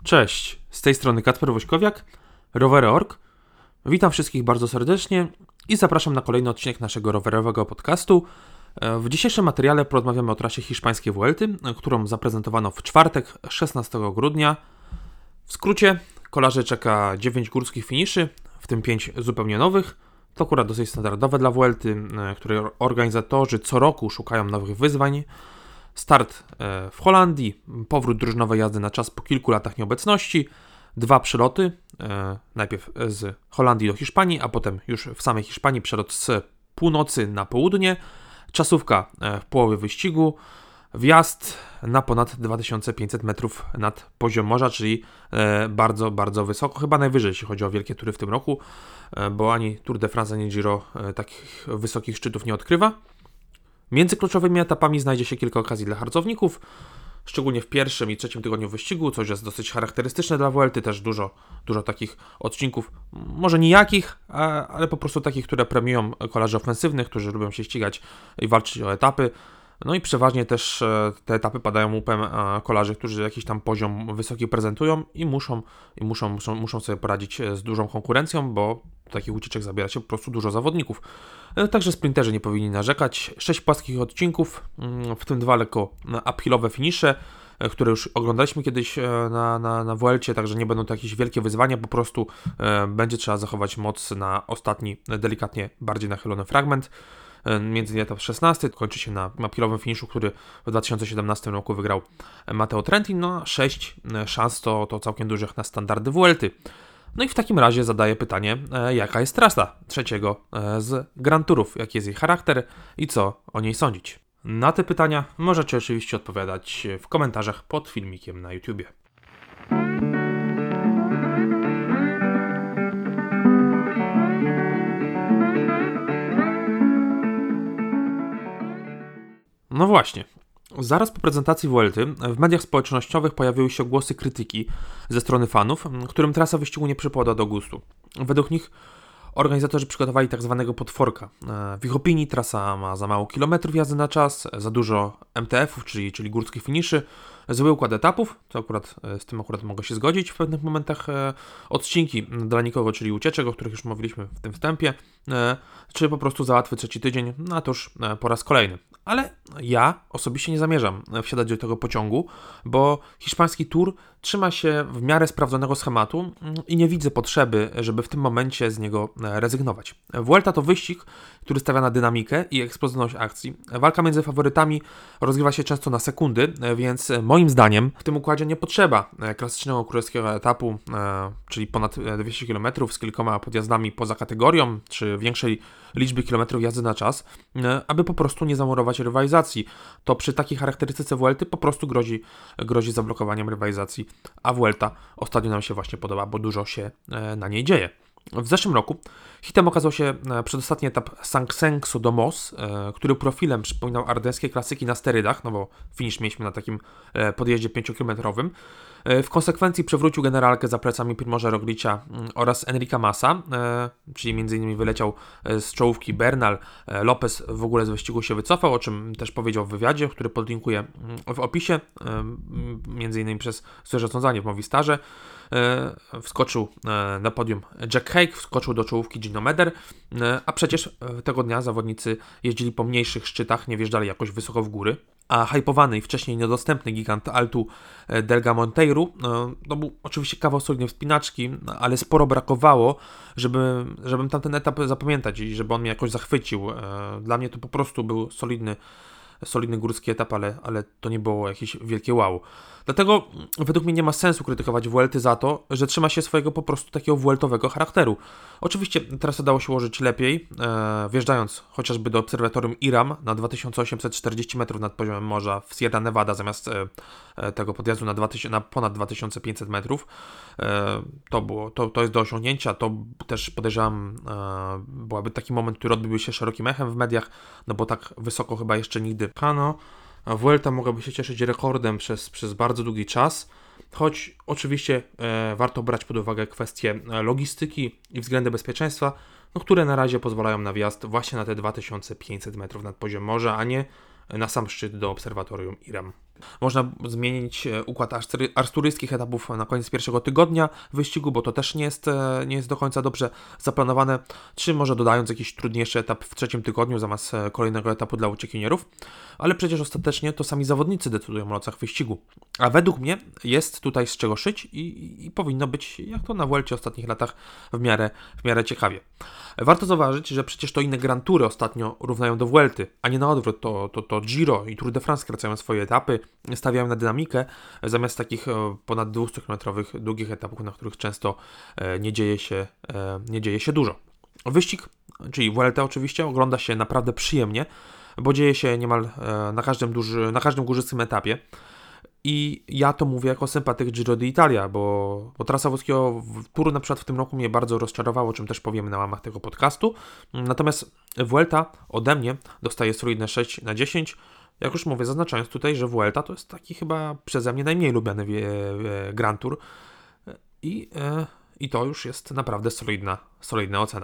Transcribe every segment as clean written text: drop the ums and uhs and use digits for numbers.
Cześć, z tej strony Kacper Wośkowiak, Rowery.org. Witam wszystkich bardzo serdecznie i zapraszam na kolejny odcinek naszego rowerowego podcastu. W dzisiejszym materiale porozmawiamy o trasie hiszpańskiej Vuelty, którą zaprezentowano w czwartek, 16 grudnia. W skrócie, kolarzy czeka 9 górskich finiszy, w tym 5 zupełnie nowych. To akurat dosyć standardowe dla Vuelty, której organizatorzy co roku szukają nowych wyzwań. Start w Holandii, powrót drużynowej jazdy na czas po kilku latach nieobecności, 2 przeloty, najpierw z Holandii do Hiszpanii, a potem już w samej Hiszpanii przelot z północy na południe, czasówka w połowie wyścigu, wjazd na ponad 2500 metrów nad poziom morza, czyli bardzo, bardzo wysoko, chyba najwyżej jeśli chodzi o wielkie tury w tym roku, bo ani Tour de France, ani Giro takich wysokich szczytów nie odkrywa. Między kluczowymi etapami znajdzie się kilka okazji dla harcowników, szczególnie w pierwszym i trzecim tygodniu wyścigu, co już jest dosyć charakterystyczne dla Vuelty, też dużo takich odcinków, może nijakich, ale po prostu takich, które premiują kolarzy ofensywnych, którzy lubią się ścigać i walczyć o etapy. No i przeważnie też te etapy padają łupem kolarzy, którzy jakiś tam poziom wysoki prezentują i muszą sobie poradzić z dużą konkurencją, bo takich ucieczek zabiera się po prostu dużo zawodników. Także sprinterzy nie powinni narzekać. 6 płaskich odcinków, w tym 2 lekko uphillowe finisze, które już oglądaliśmy kiedyś na Vuelcie, także nie będą to jakieś wielkie wyzwania, po prostu będzie trzeba zachować moc na ostatni, delikatnie bardziej nachylony fragment. Między innymi etap 16 kończy się na uphillowym finiszu, który w 2017 roku wygrał Matteo Trentin. No 6 szans to całkiem dużych na standardy Vuelty. No i w takim razie zadaję pytanie, jaka jest trasa trzeciego z Grand Tourów, jaki jest jej charakter i co o niej sądzić. Na te pytania możecie oczywiście odpowiadać w komentarzach pod filmikiem na YouTubie. No właśnie. Zaraz po prezentacji Vuelty w mediach społecznościowych pojawiły się głosy krytyki ze strony fanów, którym trasa wyścigu nie przypada do gustu. Według nich organizatorzy przygotowali tak zwanego potworka. W ich opinii trasa ma za mało kilometrów jazdy na czas, za dużo MTF-ów, czyli górskich finiszy, zły układ etapów, z tym mogę się zgodzić w pewnych momentach, odcinki dla nikogo, czyli ucieczek, o których już mówiliśmy w tym wstępie, czy po prostu za łatwy trzeci tydzień, no to już po raz kolejny. Ale ja osobiście nie zamierzam wsiadać do tego pociągu, bo hiszpański Tour trzyma się w miarę sprawdzonego schematu i nie widzę potrzeby, żeby w tym momencie z niego rezygnować. Vuelta to wyścig, który stawia na dynamikę i eksplozywność akcji. Walka między faworytami rozgrywa się często na sekundy, więc moim zdaniem w tym układzie nie potrzeba klasycznego królewskiego etapu, czyli ponad 200 km z kilkoma podjazdami poza kategorią, czy większej liczby kilometrów jazdy na czas, aby po prostu nie zamurować rywalizacji. To przy takiej charakterystyce Vuelty po prostu grozi zablokowaniem rywalizacji, a Vuelta ostatnio nam się właśnie podoba, bo dużo się na niej dzieje. W zeszłym roku hitem okazał się przedostatni etap Sanxenxo do Mos, który profilem przypominał ardeńskie klasyki na sterydach, no bo finisz mieliśmy na takim podjeździe 5-kilometrowym. W konsekwencji przewrócił generalkę za plecami Primoža Roglicia oraz Enrica Masa, czyli m.in. wyleciał z czołówki Bernal. Lopez w ogóle z wyścigu się wycofał, o czym też powiedział w wywiadzie, który podlinkuję w opisie, m.in. przez złe zarządzanie w Movistarze. Wskoczył na podium Jack Haig, wskoczył do czołówki Gino Meder, a przecież tego dnia zawodnicy jeździli po mniejszych szczytach, nie wjeżdżali jakoś wysoko w góry, a hypowany i wcześniej niedostępny gigant Altu Delga Monteiro to był oczywiście kawał solidnej wspinaczki, ale sporo brakowało, żebym tamten etap zapamiętać i żeby on mnie jakoś zachwycił. Dla mnie to po prostu był solidny górski etap, ale to nie było jakieś wielkie wow. Dlatego według mnie nie ma sensu krytykować Vuelty za to, że trzyma się swojego po prostu takiego vueltowego charakteru. Oczywiście trasę dało się ułożyć lepiej, wjeżdżając chociażby do obserwatorium Iram na 2840 metrów nad poziomem morza w Sierra Nevada zamiast tego podjazdu na ponad 2500 metrów. To jest do osiągnięcia, to też podejrzewam byłaby taki moment, który odbyłby się szerokim echem w mediach, no bo tak wysoko chyba jeszcze nigdy pchano. A Vuelta mogłaby się cieszyć rekordem przez bardzo długi czas, choć oczywiście warto brać pod uwagę kwestie logistyki i względy bezpieczeństwa, które na razie pozwalają na wjazd właśnie na te 2500 metrów nad poziom morza, a nie na sam szczyt do obserwatorium Iram. Można zmienić układ arsturyjskich etapów na koniec pierwszego tygodnia wyścigu, bo to też nie jest do końca dobrze zaplanowane, czy może dodając jakiś trudniejszy etap w trzecim tygodniu zamiast kolejnego etapu dla uciekinierów, ale przecież ostatecznie to sami zawodnicy decydują o losach wyścigu. A według mnie jest tutaj z czego szyć i powinno być, jak to na Vuelcie w ostatnich latach, w miarę ciekawie. Warto zauważyć, że przecież to inne Grand Toury ostatnio równają do Vuelty, a nie na odwrót. To Giro i Tour de France skracają swoje etapy, stawiają na dynamikę, zamiast takich ponad 200-kilometrowych długich etapów, na których często nie dzieje się dużo. Wyścig, czyli Vuelta oczywiście, ogląda się naprawdę przyjemnie, bo dzieje się niemal na każdym górzystym etapie. I ja to mówię jako sympatyk Giro d'Italia, bo trasa włoskiego Touru na przykład w tym roku mnie bardzo rozczarowała, o czym też powiemy na łamach tego podcastu. Natomiast Vuelta ode mnie dostaje solidne 6 na 10. Jak już mówię, zaznaczając tutaj, że Vuelta to jest taki chyba przeze mnie najmniej lubiany Grand Tour. I to już jest naprawdę solidna ocena.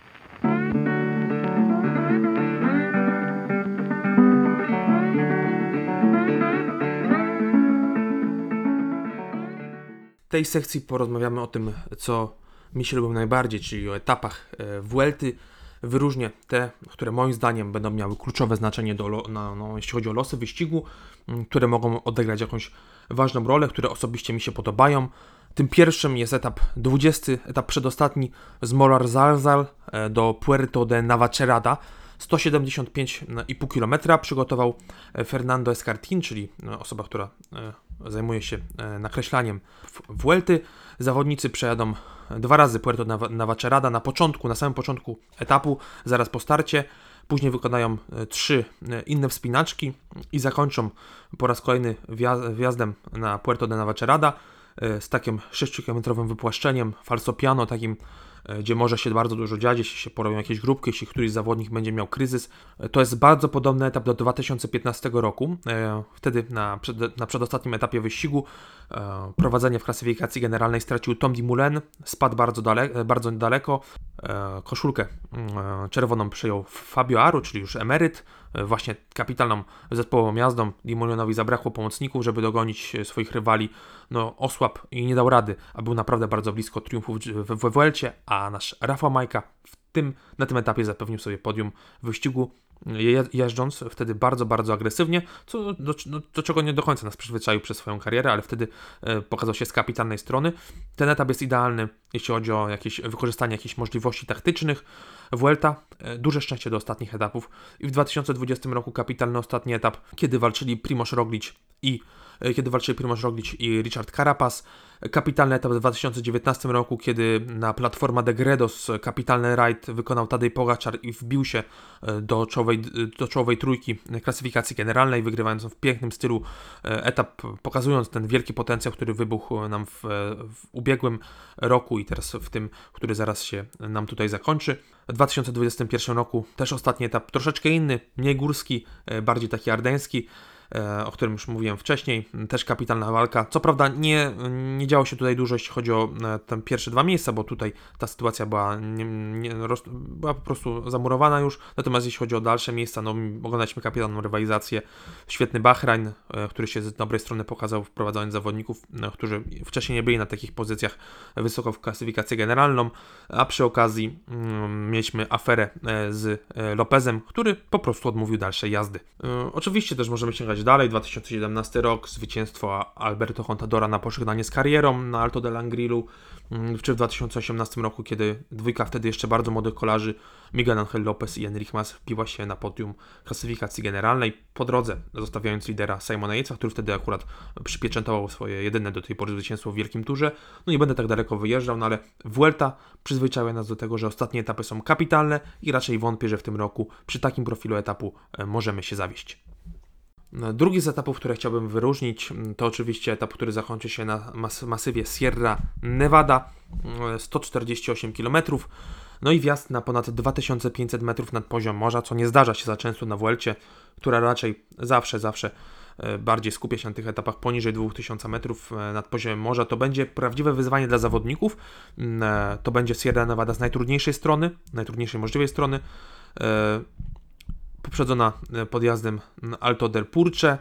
W tej sekcji porozmawiamy o tym, co mi się lubi najbardziej, czyli o etapach Vuelty. Wyróżnię te, które moim zdaniem będą miały kluczowe znaczenie jeśli chodzi o losy wyścigu, które mogą odegrać jakąś ważną rolę, które osobiście mi się podobają. Tym pierwszym jest etap 20, etap przedostatni z Molar Zarzal do Puerto de Navacerrada. 175,5 km przygotował Fernando Escartin, czyli osoba, która zajmuje się nakreślaniem Vuelty. Zawodnicy przejadą 2 razy Puerto Navacerrada na samym początku etapu, zaraz po starcie. Później wykonają 3 inne wspinaczki i zakończą po raz kolejny wjazdem na Puerto de Navacerrada z takim 6-kilometrowym wypłaszczeniem, falsopiano takim, gdzie może się bardzo dużo dziać, jeśli się porobią jakieś grupki, jeśli któryś zawodnik będzie miał kryzys. To jest bardzo podobny etap do 2015 roku. Wtedy na przedostatnim etapie wyścigu prowadzenie w klasyfikacji generalnej stracił Tom Dumoulin, spadł bardzo daleko. Koszulkę czerwoną przejął Fabio Aru, czyli już emeryt. Właśnie kapitalną zespołową jazdą Dumoulinowi zabrakło pomocników, żeby dogonić swoich rywali. Osłabł i nie dał rady, a był naprawdę bardzo blisko triumfu w Vuelcie, a nasz Rafał Majka na tym etapie zapewnił sobie podium wyścigu, jeżdżąc wtedy bardzo, bardzo agresywnie, do czego nie do końca nas przyzwyczaił przez swoją karierę, ale wtedy pokazał się z kapitalnej strony. Ten etap jest idealny, jeśli chodzi o wykorzystanie jakichś możliwości taktycznych. Vuelta, duże szczęście do ostatnich etapów i w 2020 roku kapitalny ostatni etap, kiedy walczyli Primož Roglič i Richard Carapaz. Kapitalny etap w 2019 roku, kiedy na Platforma de Gredos kapitalny rajd wykonał Tadej Pogačar i wbił się do czołowej trójki klasyfikacji generalnej, wygrywając w pięknym stylu etap, pokazując ten wielki potencjał, który wybuchł nam w ubiegłym roku i teraz w tym, który zaraz się nam tutaj zakończy. W 2021 roku też ostatni etap, troszeczkę inny, mniej górski, bardziej taki ardeński, o którym już mówiłem wcześniej, też kapitalna walka. Co prawda nie działo się tutaj dużo, jeśli chodzi o te pierwsze 2 miejsca, bo tutaj ta sytuacja była po prostu zamurowana już, natomiast jeśli chodzi o dalsze miejsca, oglądaliśmy kapitalną rywalizację. Świetny Bahrain, który się z dobrej strony pokazał, wprowadzając zawodników, którzy wcześniej nie byli na takich pozycjach wysoko w klasyfikację generalną, a przy okazji mieliśmy aferę z Lopezem, który po prostu odmówił dalszej jazdy. Oczywiście też możemy sięgać dalej, 2017 rok, zwycięstwo Alberto Contadora na pożegnanie z karierą na Alto del Angrilu, czy w 2018 roku, kiedy dwójka wtedy jeszcze bardzo młodych kolarzy, Miguel Angel Lopez i Enric Mas, wbiła się na podium klasyfikacji generalnej, po drodze zostawiając lidera Simona Yatesa, który wtedy akurat przypieczętował swoje jedyne do tej pory zwycięstwo w Wielkim Turze. Nie będę tak daleko wyjeżdżał, ale Vuelta przyzwyczaja nas do tego, że ostatnie etapy są kapitalne i raczej wątpię, że w tym roku przy takim profilu etapu możemy się zawieść. Drugi z etapów, które chciałbym wyróżnić, to oczywiście etap, który zakończy się na masywie Sierra Nevada, 148 km, i wjazd na ponad 2500 metrów nad poziom morza, co nie zdarza się za często na Vuelcie, która raczej zawsze bardziej skupia się na tych etapach poniżej 2000 metrów nad poziomem morza. To będzie prawdziwe wyzwanie dla zawodników. To będzie Sierra Nevada z najtrudniejszej możliwej strony, poprzedzona podjazdem Alto del Purche,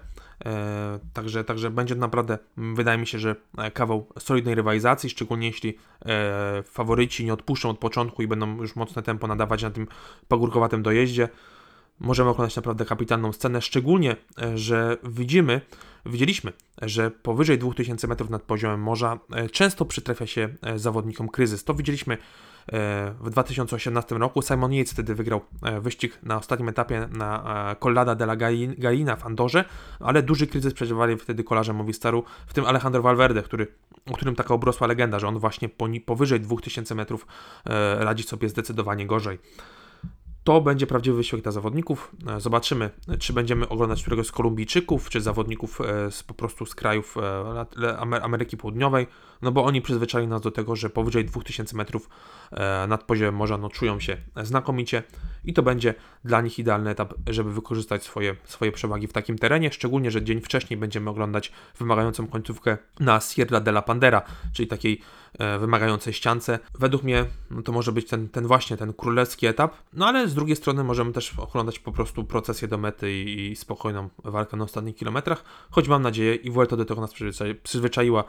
Także będzie to naprawdę, wydaje mi się, że kawał solidnej rywalizacji, szczególnie jeśli faworyci nie odpuszczą od początku i będą już mocne tempo nadawać na tym pagórkowatym dojeździe. Możemy oglądać naprawdę kapitalną scenę, szczególnie, że widzieliśmy, że powyżej 2000 metrów nad poziomem morza często przytrafia się zawodnikom kryzys. To widzieliśmy w 2018 roku. Simon Yates wtedy wygrał wyścig na ostatnim etapie na Collada della Gallina w Andorze, ale duży kryzys przeżywali wtedy kolarze Movistaru, w tym Alejandro Valverde, o którym taka obrosła legenda, że on właśnie powyżej 2000 metrów radzi sobie zdecydowanie gorzej. To będzie prawdziwy wysiłek dla zawodników. Zobaczymy, czy będziemy oglądać któregoś z Kolumbijczyków, czy zawodników po prostu z krajów Ameryki Południowej, no bo oni przyzwyczaili nas do tego, że powyżej 2000 metrów nad poziomem morza czują się znakomicie i to będzie dla nich idealny etap, żeby wykorzystać swoje przewagi w takim terenie, szczególnie, że dzień wcześniej będziemy oglądać wymagającą końcówkę na Sierra de la Pandera, czyli takiej wymagającej ściance. Według mnie to może być ten królewski etap, no ale z drugiej strony możemy też oglądać po prostu procesję do mety i spokojną walkę na ostatnich kilometrach, choć mam nadzieję i Vuelta do tego nas przyzwyczaiła,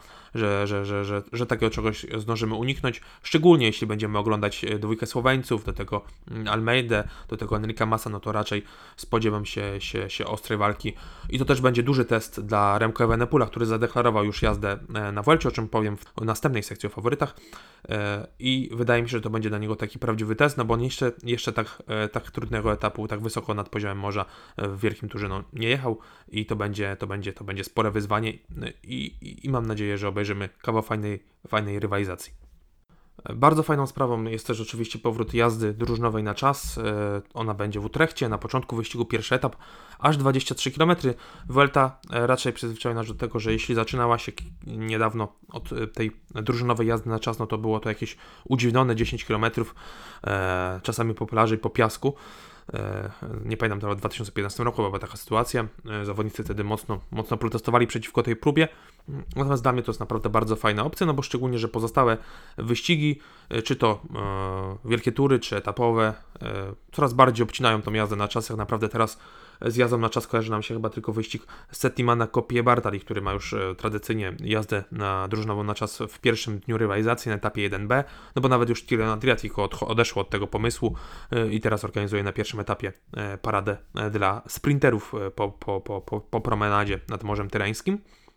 że takiego czegoś zdążymy uniknąć, szczególnie jeśli będziemy oglądać dwójkę Słoweńców, do tego Almeidę, do tego Enrica Masa, no to raczej spodziewam się ostrej walki i to też będzie duży test dla Remco Evenepoela, który zadeklarował już jazdę na Vuelcie, o czym powiem w następnej sekcji o faworytach i wydaje mi się, że to będzie dla niego taki prawdziwy test, no bo on jeszcze tak trudnego etapu, tak wysoko nad poziomem morza w Wielkim Turze nie jechał i to będzie spore wyzwanie i mam nadzieję, że obejrzymy kawał fajnej rywalizacji. Bardzo fajną sprawą jest też oczywiście powrót jazdy drużynowej na czas. Ona będzie w Utrechcie, na początku wyścigu pierwszy etap, aż 23 km. Vuelta raczej przyzwyczaiła nas do tego, że jeśli zaczynała się niedawno od tej drużynowej jazdy na czas, no to było to jakieś udziwnione 10 km, czasami po plaży i po piasku. Nie pamiętam, to w 2015 roku była taka sytuacja. Zawodnicy wtedy mocno protestowali przeciwko tej próbie. Natomiast dla mnie to jest naprawdę bardzo fajna opcja, no bo szczególnie, że pozostałe wyścigi, czy to wielkie tury, czy etapowe, coraz bardziej obcinają tą jazdę na czas. Jak naprawdę teraz z jazdą na czas kojarzy nam się chyba tylko wyścig Settimana Coppi Bartali, który ma już tradycyjnie jazdę drużynową na czas w pierwszym dniu rywalizacji na etapie 1B, no bo nawet już Tirreno Adriatico odeszło od tego pomysłu i teraz organizuje na pierwszym etapie paradę dla sprinterów po promenadzie nad Morzem Tyreńskim.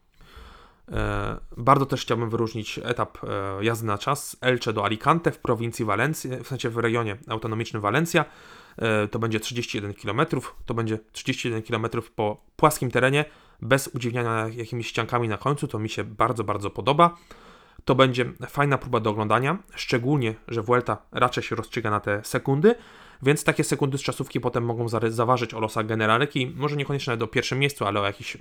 Bardzo też chciałbym wyróżnić etap jazdy na czas Elche do Alicante w prowincji Walencji, w sensie w regionie autonomicznym Walencja. To będzie 31 km, to będzie 31 km po płaskim terenie, bez udziwniania jakimiś ściankami na końcu, to mi się bardzo, bardzo podoba. To będzie fajna próba do oglądania, szczególnie, że Vuelta raczej się rozstrzyga na te sekundy, więc takie sekundy z czasówki potem mogą zaważyć o losach generalki, może niekoniecznie nawet o pierwszym miejscu, ale o jakichś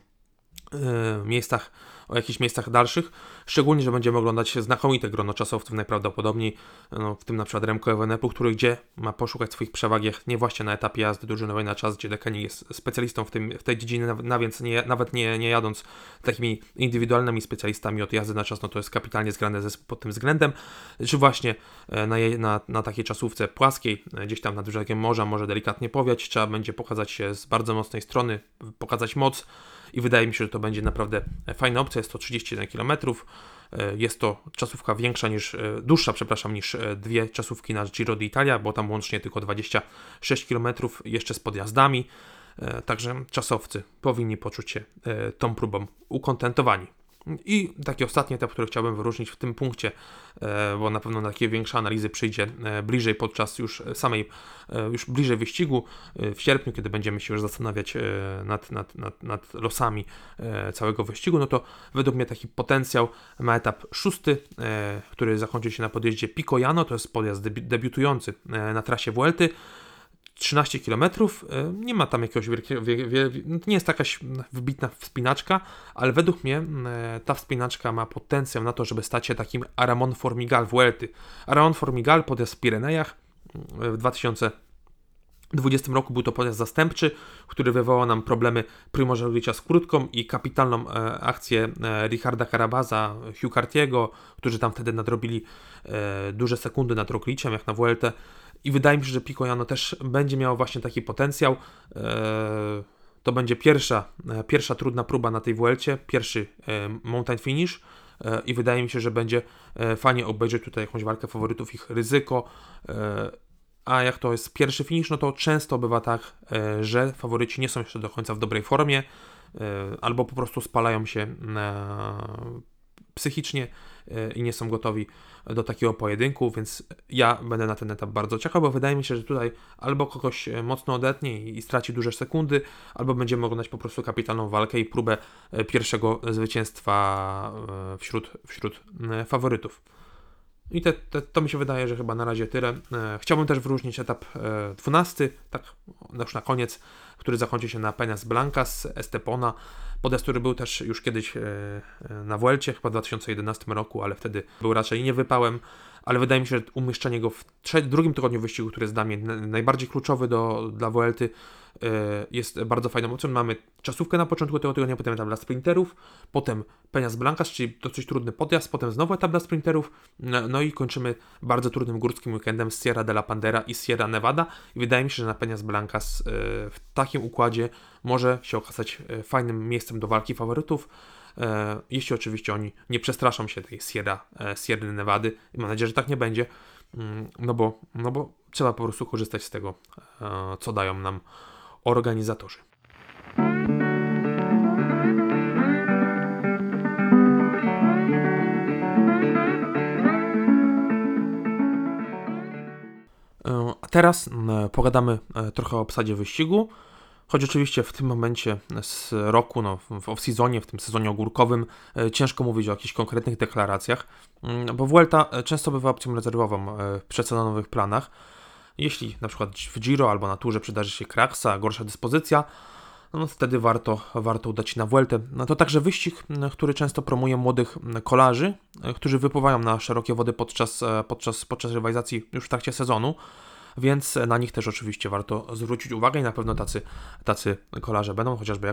miejscach dalszych, szczególnie, że będziemy oglądać znakomite grono czasowców najprawdopodobniej, w tym na przykład Remco Evenepoel, który gdzie ma poszukać swoich przewag, nie właśnie na etapie jazdy drużynowej na czas, gdzie Dekeni jest specjalistą w tej dziedzinie, więc nawet nie jadąc takimi indywidualnymi specjalistami od jazdy na czas, no to jest kapitalnie zgrany zespół pod tym względem, czy właśnie na takiej czasówce płaskiej, gdzieś tam nad brzegiem morza, może delikatnie powiać, trzeba będzie pokazać się z bardzo mocnej strony, pokazać moc, i wydaje mi się, że to będzie naprawdę fajna opcja. Jest to 31 km. Jest to czasówka dłuższa niż dwie czasówki na Giro d'Italia, bo tam łącznie tylko 26 km, jeszcze z podjazdami. Także czasowcy powinni poczuć się tą próbą ukontentowani. I taki ostatni etap, który chciałbym wyróżnić w tym punkcie, bo na pewno takie większe analizy przyjdzie bliżej podczas już bliżej wyścigu w sierpniu, kiedy będziemy się już zastanawiać nad losami całego wyścigu, no to według mnie taki potencjał ma etap 6, który zakończy się na podjeździe Picoiano, to jest podjazd debiutujący na trasie Vuelty. 13 km, nie ma tam jakiegoś nie jest jakaś wybitna wspinaczka, ale według mnie ta wspinaczka ma potencjał na to, żeby stać się takim Aramon Formigal Vuelty. Aramon Formigal podjazd w Pirenejach w 2020 roku był to podjazd zastępczy, który wywołał nam problemy Primoža Roglicza z krótką i kapitalną akcję Richarda Carabaza, Hugh Cartiego, którzy tam wtedy nadrobili duże sekundy nad Rogliciem, jak na Vueltę. I wydaje mi się, że Picoiano też będzie miało właśnie taki potencjał. to będzie pierwsza trudna próba na tej Vuelcie, pierwszy mountain finish i wydaje mi się, że będzie fajnie obejrzeć tutaj jakąś walkę faworytów, ich ryzyko, a jak to jest pierwszy finish, no to często bywa tak, że faworyci nie są jeszcze do końca w dobrej formie, albo po prostu spalają się psychicznie i nie są gotowi do takiego pojedynku, więc ja będę na ten etap bardzo ciekaw, bo wydaje mi się, że tutaj albo kogoś mocno odetnie i straci duże sekundy, albo będziemy oglądać po prostu kapitalną walkę i próbę pierwszego zwycięstwa wśród faworytów. I to mi się wydaje, że chyba na razie tyle. Chciałbym też wyróżnić etap 12, tak już na koniec, który zakończy się na Peñas Blancas, Estepona. Podjazd, który był też już kiedyś na Vuelcie, chyba w 2011 roku, ale wtedy był raczej niewypałem. Ale wydaje mi się, że umieszczenie go w drugim tygodniu wyścigu, który jest dla mnie najbardziej kluczowy dla Vuelty, jest bardzo fajną opcją. Mamy czasówkę na początku tego tygodnia, potem etap dla sprinterów, potem Peñas Blancas, czyli dosyć trudny podjazd, potem znowu etap dla sprinterów, no i kończymy bardzo trudnym górskim weekendem z Sierra de la Pandera i Sierra Nevada i wydaje mi się, że na Peñas Blancas w takim układzie może się okazać fajnym miejscem do walki faworytów, jeśli oczywiście oni nie przestraszą się tej Sierra Nevady i mam nadzieję, że tak nie będzie, no bo trzeba po prostu korzystać z tego, co dają nam organizatorzy. A teraz pogadamy trochę o obsadzie wyścigu, choć oczywiście w tym momencie z roku, w off-seasonie, w tym sezonie ogórkowym ciężko mówić o jakichś konkretnych deklaracjach, bo Vuelta często bywa opcją rezerwową w przedsezonowych planach. Jeśli na przykład w Giro albo na Tourze przydarzy się kraksa, gorsza dyspozycja, no wtedy warto udać się na Vueltę. No to także wyścig, który często promuje młodych kolarzy, którzy wypływają na szerokie wody podczas rywalizacji już w trakcie sezonu, więc na nich też oczywiście warto zwrócić uwagę i na pewno tacy kolarze będą, chociażby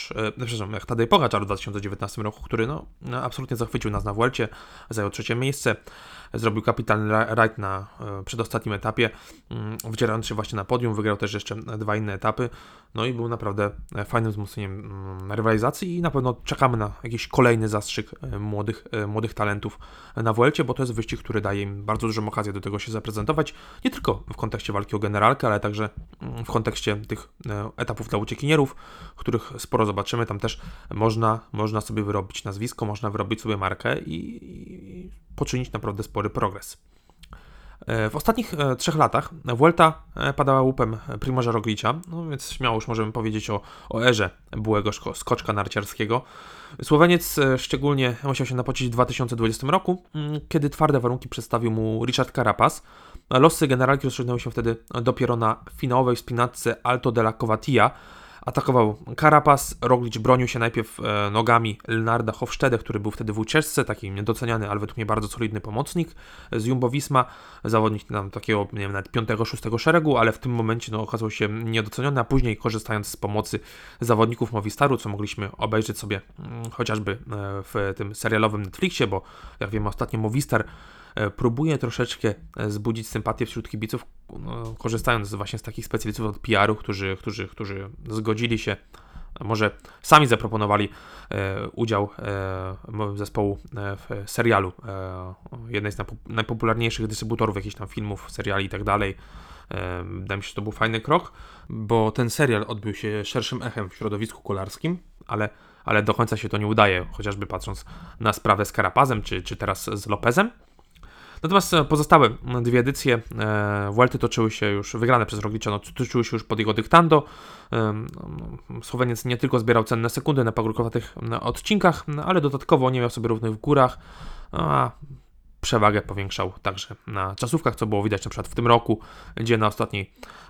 jak Tadej Pogačar w 2019 roku, który absolutnie zachwycił nas na Vuelcie, zajął 3. miejsce, zrobił kapitalny rajd na przedostatnim etapie, wdzierając się właśnie na podium, wygrał też jeszcze 2 inne etapy, no i był naprawdę fajnym wzmocnieniem rywalizacji i na pewno czekamy na jakiś kolejny zastrzyk młodych talentów na Vuelcie, bo to jest wyścig, który daje im bardzo dużą okazję do tego się zaprezentować, nie tylko w kontekście walki o generalkę, ale także w kontekście tych etapów dla uciekinierów, których sporo zobaczymy. Tam też można sobie wyrobić nazwisko, można wyrobić sobie markę i poczynić naprawdę spory progres. W ostatnich 3 latach Vuelta padała łupem Primoža Roglicza, no więc śmiało już możemy powiedzieć o erze byłego skoczka narciarskiego. Słoweniec szczególnie musiał się napocić w 2020 roku, kiedy twarde warunki przedstawił mu Richard Carapaz. Losy generalki rozstrzygnęły się wtedy dopiero na finałowej wspinadce Alto de la Covatilla. Atakował Carapaz, Roglic bronił się najpierw nogami Leonarda Hofstede, który był wtedy w ucieczce, taki niedoceniany, ale według mnie bardzo solidny pomocnik z Jumbo-Visma, zawodnik tam takiego, nie wiem, nawet 5-6 szeregu, ale w tym momencie okazał się niedoceniony, a później korzystając z pomocy zawodników Movistaru, co mogliśmy obejrzeć sobie chociażby w tym serialowym Netflixie, bo jak wiemy ostatnio Movistar próbuje troszeczkę zbudzić sympatię wśród kibiców, korzystając właśnie z takich specjalistów od PR-u, którzy zgodzili się, może sami zaproponowali udział zespołu w serialu, jednej z najpopularniejszych dystrybutorów jakichś tam filmów, seriali i tak dalej. Wydaje mi się, że to był fajny krok, bo ten serial odbył się szerszym echem w środowisku kolarskim, ale do końca się to nie udaje, chociażby patrząc na sprawę z Carapazem, czy teraz z Lopezem. Natomiast pozostałe 2 edycje Vuelty toczyły się już, wygrane przez Roglicza, toczyły się już pod jego dyktando. Słoweniec nie tylko zbierał cenne sekundy na pagórkowatych odcinkach, ale dodatkowo nie miał sobie równych w górach, a przewagę powiększał także na czasówkach, co było widać na przykład w tym roku, gdzie na ostatnim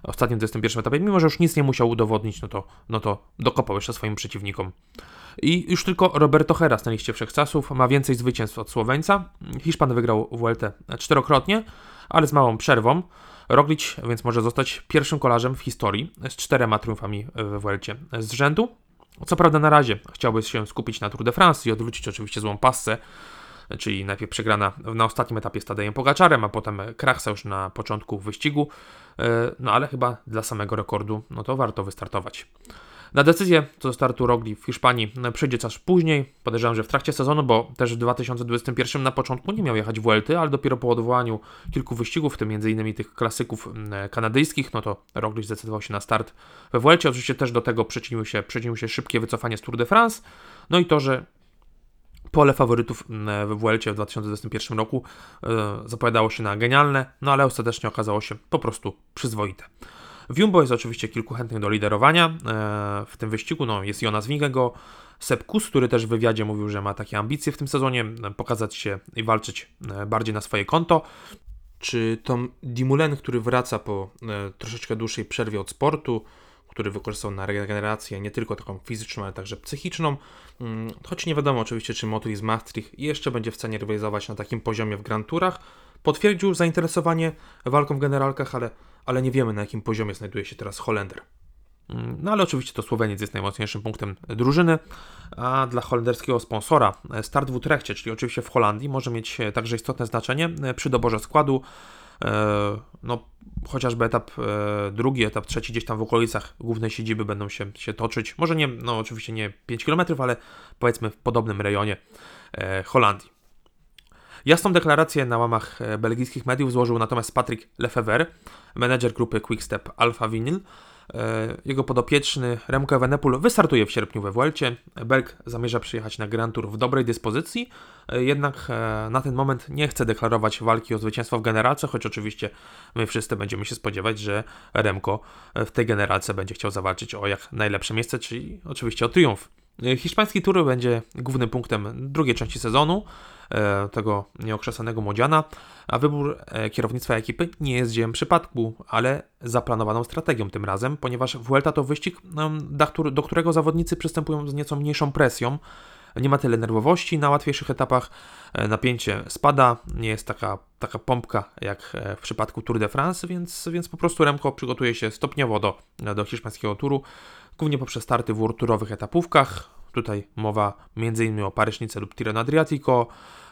21 etapie, mimo że już nic nie musiał udowodnić, no to dokopał jeszcze swoim przeciwnikom. I już tylko Roberto Heras na liście wszechczasów ma więcej zwycięstw od Słoweńca. Hiszpan wygrał Vueltę 4-krotnie, ale z małą przerwą. Roglic więc może zostać pierwszym kolarzem w historii z 4 triumfami w Vuelcie z rzędu. Co prawda na razie chciałby się skupić na Tour de France i odwrócić oczywiście złą passę, czyli najpierw przegrana na ostatnim etapie z Tadejem Pogačarem, a potem kraksa już na początku wyścigu, no ale chyba dla samego rekordu to warto wystartować. Na decyzję co do startu Rogli w Hiszpanii przyjdzie coś później. Podejrzewam, że w trakcie sezonu, bo też w 2021 na początku nie miał jechać Vuelty, ale dopiero po odwołaniu kilku wyścigów, w tym m.in. tych klasyków kanadyjskich, no to Rogli zdecydował się na start we Vuelcie. Oczywiście też do tego przyczyniło się szybkie wycofanie z Tour de France. No i to, że pole faworytów w Vuelcie w 2021 roku zapowiadało się na genialne, no ale ostatecznie okazało się po prostu przyzwoite. W Jumbo jest oczywiście kilku chętnych do liderowania w tym wyścigu, no jest Jonas Vingegaard, Sepp Kuss, który też w wywiadzie mówił, że ma takie ambicje w tym sezonie, pokazać się i walczyć bardziej na swoje konto. Czy Tom Dumoulin, który wraca po troszeczkę dłuższej przerwie od sportu, który wykorzystał na regenerację nie tylko taką fizyczną, ale także psychiczną. Choć nie wiadomo oczywiście, czy Motor z Maastricht jeszcze będzie w stanie rywalizować na takim poziomie w Grand Tourach. Potwierdził zainteresowanie walką w generalkach, ale nie wiemy, na jakim poziomie znajduje się teraz Holender. No ale oczywiście to Słoweniec jest najmocniejszym punktem drużyny, a dla holenderskiego sponsora start w Utrechcie, czyli oczywiście w Holandii, może mieć także istotne znaczenie przy doborze składu. No, chociażby etap drugi, etap trzeci gdzieś tam w okolicach głównej siedziby będą się toczyć. Może nie, no oczywiście nie 5 km, ale powiedzmy w podobnym rejonie Holandii. Jasną deklarację na łamach belgijskich mediów złożył natomiast Patrick Lefevere, menedżer grupy Quickstep Alpha Vinyl. Jego podopieczny Remco Evenepoel wystartuje w sierpniu we Vuelcie. Belg zamierza przyjechać na Grand Tour w dobrej dyspozycji, jednak na ten moment nie chce deklarować walki o zwycięstwo w generalce, choć oczywiście my wszyscy będziemy się spodziewać, że Remco w tej generalce będzie chciał zawalczyć o jak najlepsze miejsce, czyli oczywiście o triumf. Hiszpański Tour będzie głównym punktem drugiej części sezonu, tego nieokrzesanego młodziana, a wybór kierownictwa ekipy nie jest dziełem przypadku, ale zaplanowaną strategią tym razem, ponieważ Vuelta to wyścig, do którego zawodnicy przystępują z nieco mniejszą presją. Nie ma tyle nerwowości na łatwiejszych etapach, napięcie spada, nie jest taka pompka jak w przypadku Tour de France, więc po prostu Remco przygotuje się stopniowo do hiszpańskiego Touru, głównie poprzez starty w turowych etapówkach. Tutaj mowa m.in. o Paryżnice lub Tirreno Adriatico,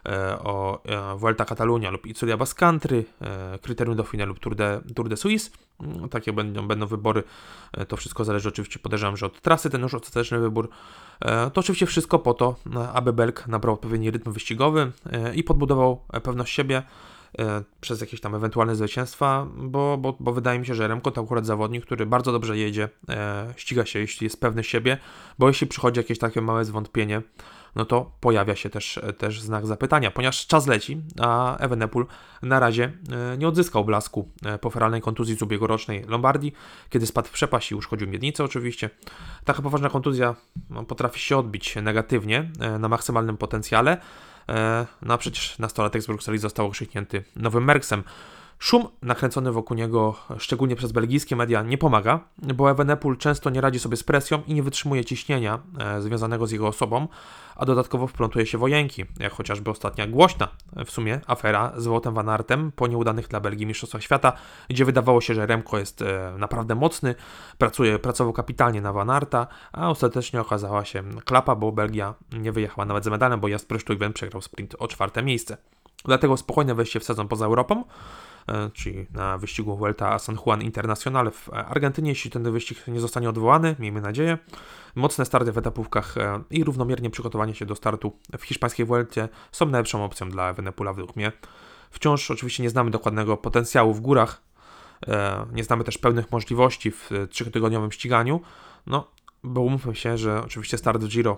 o Vuelta Catalunya lub Itzulia Basque Country, Kryterium Dauphiné lub Tour de Suisse. Takie będą wybory. To wszystko zależy oczywiście, podejrzewam, że od trasy ten już ostateczny wybór. To oczywiście wszystko po to, aby Belg nabrał odpowiedni rytm wyścigowy i podbudował pewność siebie przez jakieś tam ewentualne zwycięstwa, bo wydaje mi się, że Remco to akurat zawodnik, który bardzo dobrze jedzie, ściga się, jeśli jest pewny siebie, bo jeśli przychodzi jakieś takie małe zwątpienie, no to pojawia się też znak zapytania, ponieważ czas leci, a Evenepoel na razie nie odzyskał blasku po feralnej kontuzji z ubiegłorocznej Lombardii, kiedy spadł w przepaść i uszkodził miednicę oczywiście. Taka poważna kontuzja potrafi się odbić negatywnie na maksymalnym potencjale, no a przecież nastolatek z Brukseli został okrzyknięty nowym Merksem. Szum nakręcony wokół niego, szczególnie przez belgijskie media, nie pomaga, bo Evenepoel często nie radzi sobie z presją i nie wytrzymuje ciśnienia związanego z jego osobą, a dodatkowo wplątuje się wojenki, jak chociażby ostatnia głośna w sumie afera z Woutem van Aertem po nieudanych dla Belgii mistrzostwach świata, gdzie wydawało się, że Remco jest naprawdę mocny, pracował kapitalnie na van Aerta, a ostatecznie okazała się klapa, bo Belgia nie wyjechała nawet z medalem, bo Jasper Stuyven przegrał sprint o 4. miejsce. Dlatego spokojne wejście w sezon poza Europą, czyli na wyścigu Vuelta a San Juan Internacional w Argentynie, jeśli ten wyścig nie zostanie odwołany, miejmy nadzieję. Mocne starty w etapówkach i równomiernie przygotowanie się do startu w hiszpańskiej Vuelcie są najlepszą opcją dla Evenepoela według mnie. Wciąż oczywiście nie znamy dokładnego potencjału w górach, nie znamy też pełnych możliwości w 3-tygodniowym ściganiu, no bo umówmy się, że oczywiście start w Giro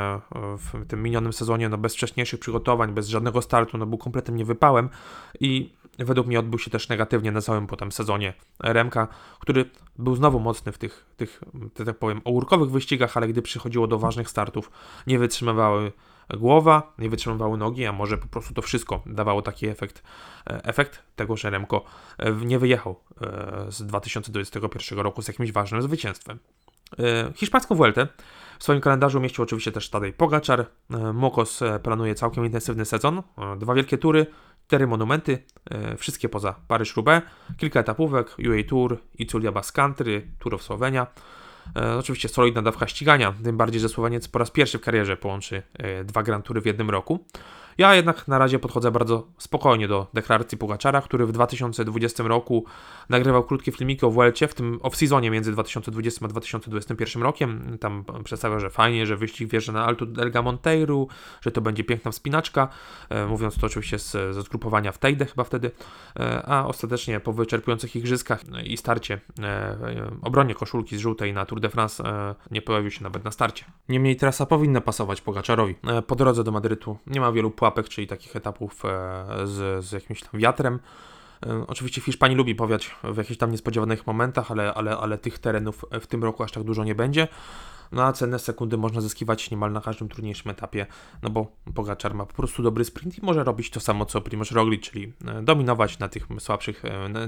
w tym minionym sezonie, no bez wcześniejszych przygotowań, bez żadnego startu, no był kompletnym niewypałem i według mnie odbył się też negatywnie na całym potem sezonie Remka, który był znowu mocny w tych tak powiem, ołówkowych wyścigach, ale gdy przychodziło do ważnych startów, nie wytrzymywały głowa, nie wytrzymywały nogi, a może po prostu to wszystko dawało taki efekt tego, że Remco nie wyjechał z 2021 roku z jakimś ważnym zwycięstwem. Hiszpańską Vueltę w swoim kalendarzu umieścił oczywiście też Tadej Pogačar. Mokos planuje całkiem intensywny sezon, 2 wielkie tury, 4 monumenty, wszystkie poza Paryż-Roubaix, kilka etapówek, UAE Tour, Itzulia Basque Country, Tour of Slovenia. Oczywiście solidna dawka ścigania, tym bardziej, że Słoweniec po raz pierwszy w karierze połączy dwa Grand Toury w jednym roku. Ja jednak na razie podchodzę bardzo spokojnie do deklaracji Pogaczara, który w 2020 roku nagrywał krótkie filmiki o Vuelcie, w tym off-seasonie między 2020 a 2021 rokiem. Tam przedstawiał, że fajnie, że wyścig wjeżdża na Alto del Monteiro, że to będzie piękna wspinaczka, mówiąc to oczywiście ze zgrupowania w Teide chyba wtedy, a ostatecznie po wyczerpujących igrzyskach i starcie obronie koszulki z żółtej na Tour de France nie pojawił się nawet na starcie. Niemniej trasa powinna pasować Pogaczarowi. Po drodze do Madrytu nie ma wielu pułapek, czyli takich etapów z jakimś tam wiatrem. Oczywiście Hiszpanii lubi powiać w jakichś tam niespodziewanych momentach, ale tych terenów w tym roku aż tak dużo nie będzie. No a cenne sekundy można zyskiwać niemal na każdym trudniejszym etapie, no bo Pogaczar ma po prostu dobry sprint i może robić to samo co Primož Roglič, czyli dominować na tych słabszych,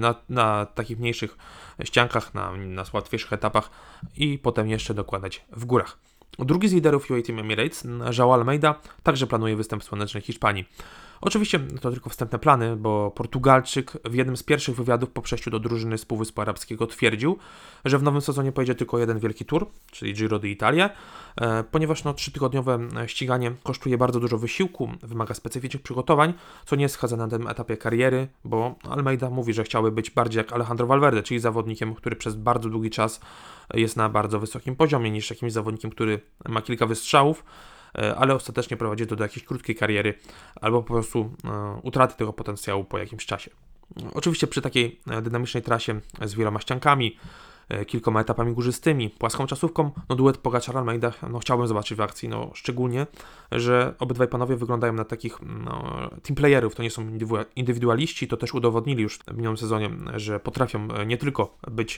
na takich mniejszych ściankach, na łatwiejszych etapach i potem jeszcze dokładać w górach. Drugi z liderów UAE Team Emirates, João Almeida, także planuje występ w słonecznej Hiszpanii. Oczywiście to tylko wstępne plany, bo Portugalczyk w jednym z pierwszych wywiadów po przejściu do drużyny z Półwyspu Arabskiego twierdził, że w nowym sezonie pojedzie tylko jeden wielki tour, czyli Giro d'Italia, ponieważ 3-tygodniowe ściganie kosztuje bardzo dużo wysiłku, wymaga specyficznych przygotowań, co nie jest wskazane na tym etapie kariery, bo Almeida mówi, że chciałby być bardziej jak Alejandro Valverde, czyli zawodnikiem, który przez bardzo długi czas jest na bardzo wysokim poziomie, niż jakimś zawodnikiem, który ma kilka wystrzałów, ale ostatecznie prowadzi to do jakiejś krótkiej kariery albo po prostu utraty tego potencjału po jakimś czasie. Oczywiście przy takiej dynamicznej trasie z wieloma ściankami, kilkoma etapami górzystymi, płaską czasówką, duet Pogačar-Almeida chciałbym zobaczyć w akcji, szczególnie, że obydwaj panowie wyglądają na takich teamplayerów, to nie są indywidualiści, to też udowodnili już w minionym sezonie, że potrafią nie tylko być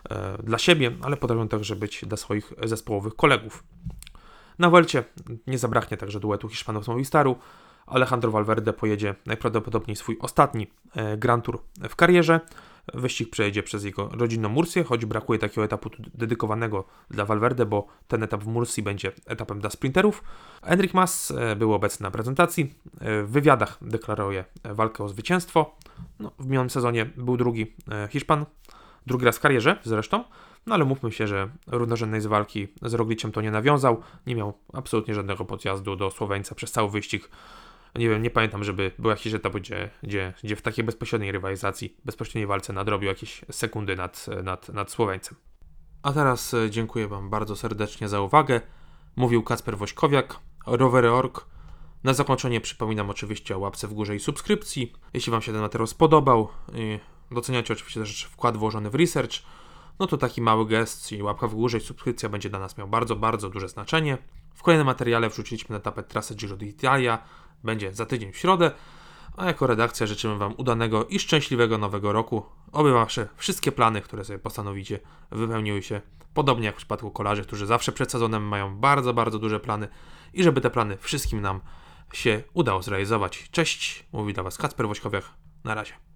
dla siebie, ale potrafią także być dla swoich zespołowych kolegów. Na Vuelcie nie zabraknie także duetu Hiszpanów z Movistaru. Alejandro Valverde pojedzie najprawdopodobniej swój ostatni Grand Tour w karierze. Wyścig przejedzie przez jego rodzinną Murcję, choć brakuje takiego etapu dedykowanego dla Valverde, bo ten etap w Mursji będzie etapem dla sprinterów. Enric Mas był obecny na prezentacji. W wywiadach deklaruje walkę o zwycięstwo. W minionym sezonie był drugi Hiszpan, drugi raz w karierze zresztą. Ale mówmy się, że równorzędnej z walki z Rogliciem to nie nawiązał. Nie miał absolutnie żadnego podjazdu do Słoweńca przez cały wyścig. Nie pamiętam, żeby był jakiś etap, gdzie w takiej bezpośredniej rywalizacji, bezpośredniej walce nadrobił jakieś sekundy nad Słoweńcem. A teraz dziękuję Wam bardzo serdecznie za uwagę. Mówił Kacper Wośkowiak, Rowery.org. Na zakończenie przypominam oczywiście o łapce w górze i subskrypcji. Jeśli Wam się ten materiał spodobał, doceniacie oczywiście też wkład włożony w research, to taki mały gest, czyli łapka w górze i subskrypcja będzie dla nas miał bardzo, bardzo duże znaczenie. W kolejnym materiale wrzuciliśmy na tapet trasę Giro d'Italia, będzie za tydzień w środę, a jako redakcja życzymy Wam udanego i szczęśliwego nowego roku. Oby Wasze wszystkie plany, które sobie postanowicie, wypełniły się podobnie jak w przypadku kolarzy, którzy zawsze przed sezonem mają bardzo, bardzo duże plany i żeby te plany wszystkim nam się udało zrealizować. Cześć, mówi dla Was Kacper Wośkowiak, na razie.